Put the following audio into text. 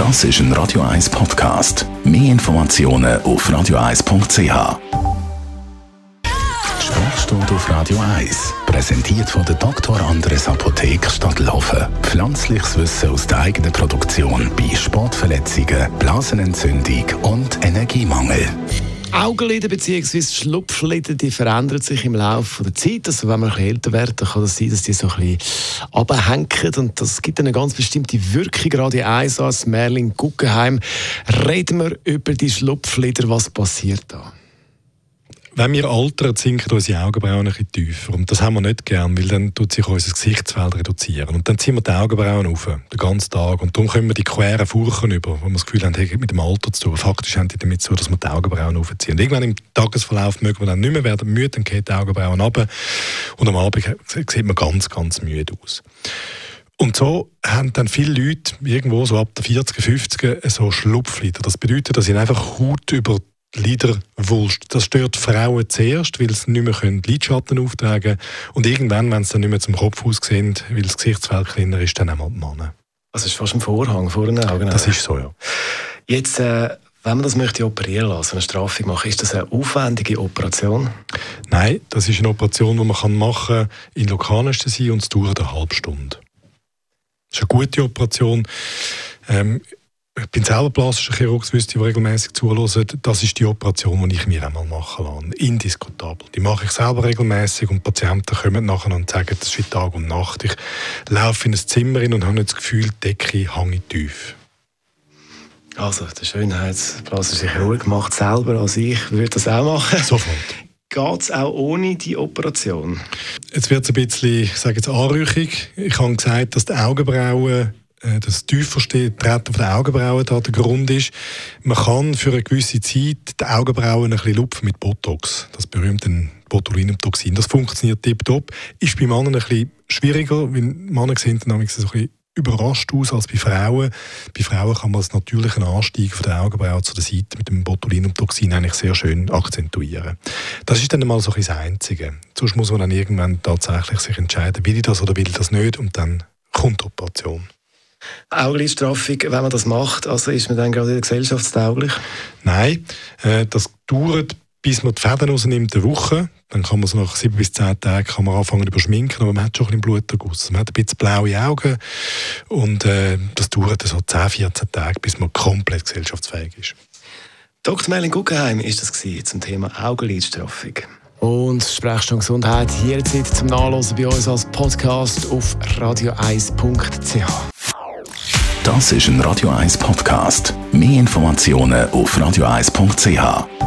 Das ist ein Radio 1 Podcast. Mehr Informationen auf radio1.ch. Sprechstunde auf Radio 1. Präsentiert von der Dr. Andres Apotheke Stadtlaufen. Pflanzliches Wissen aus der eigenen Produktion bei Sportverletzungen, Blasenentzündung und Energiemangel. Augenlider bzw. Schlupflider, die verändern sich im Laufe der Zeit. Also wenn man ein bisschen älter wird, dann kann es sein, dass die so ein bisschen runterhängen. Und das gibt eine ganz bestimmte Wirkung. Radio 1 als Merlin Guggenheim. Reden wir über die Schlupflider. Was passiert da? Wenn wir altern, sinken unsere Augenbrauen ein bisschen tiefer. Und das haben wir nicht gern, weil dann tut sich unser Gesichtsfeld reduzieren. Und dann ziehen wir die Augenbrauen auf, den ganzen Tag. Und darum kommen wir die queren Furchen über, wo wir das Gefühl haben, hey, mit dem Alter zu tun. Faktisch haben die damit so, dass wir die Augenbrauen aufziehen. Und irgendwann im Tagesverlauf mögen wir dann nicht mehr werden müde, dann gehen die Augenbrauen runter. Und am Abend sieht man ganz, ganz müde aus. Und so haben dann viele Leute irgendwo so ab der 40er, 50er so Schlupflider. Das bedeutet, dass sie einfach Haut über Liderwulst. Das stört Frauen zuerst, weil sie nicht mehr Lidschatten auftragen können. Und irgendwann, wenn sie dann nicht mehr zum Kopf aussehen, weil das Gesichtsfeld kleiner ist, dann einmal die Männer. Das ist fast ein Vorhang vor den Augen. Das ist so, ja. Jetzt, wenn man das möchte operieren lassen, eine Straffung machen, ist das eine aufwendige Operation? Nein, das ist eine Operation, die man machen kann in Lokalanästhesie und es dauert eine halbe Stunde. Das ist eine gute Operation. Ich bin selber plastischer Chirurg, die regelmäßig zuhören. Das ist die Operation, die ich mir einmal machen lasse. Indiskutabel. Die mache ich selber regelmäßig und Patienten kommen nachher und sagen, das ist wie Tag und Nacht. Ich laufe in ein Zimmer rein und habe nicht das Gefühl, die Decke hängt tief. Also, der schönheitsplastische Chirurg macht selber, also ich würde das auch machen. Sofort. Geht es auch ohne die Operation? Jetzt wird es ein bisschen, ich sage jetzt, anrüchig. Ich habe gesagt, dass die Augenbrauen, das Tiefertreten von den Augenbrauen da der Grund ist. Man kann für eine gewisse Zeit die Augenbrauen ein bisschen lupfen mit Botox, das berühmte Botulinumtoxin. Das funktioniert tipptopp. Ist bei Männern ein bisschen schwieriger, weil Männer sehen dann so ein bisschen überrascht aus als bei Frauen. Bei Frauen kann man das natürlichen Anstieg von der Augenbrauen zu der Seite mit dem Botulinumtoxin eigentlich sehr schön akzentuieren. Das ist dann mal so ein bisschen das Einzige. Sonst muss man dann irgendwann tatsächlich sich entscheiden, will ich das oder will ich das nicht, und dann kommt die Operation. Augenlidstraffung, wenn man das macht, also ist man dann gerade gesellschaftstauglich? Nein, das dauert, bis man die Fäden rausnimmt, eine Woche. Dann kann man so nach 7 bis 10 Tagen kann man anfangen zu überschminken, aber man hat schon ein bisschen Bluterguss. Man hat ein bisschen blaue Augen und das dauert so 10, 14 Tage, bis man komplett gesellschaftsfähig ist. Dr. Merlin Guggenheim ist das zum Thema Augenlidstraffung. Und Sprechstunde Gesundheit jederzeit zum Nachlesen bei uns als Podcast auf radio1.ch. Das ist ein Radio 1 Podcast. Mehr Informationen auf radio1.ch.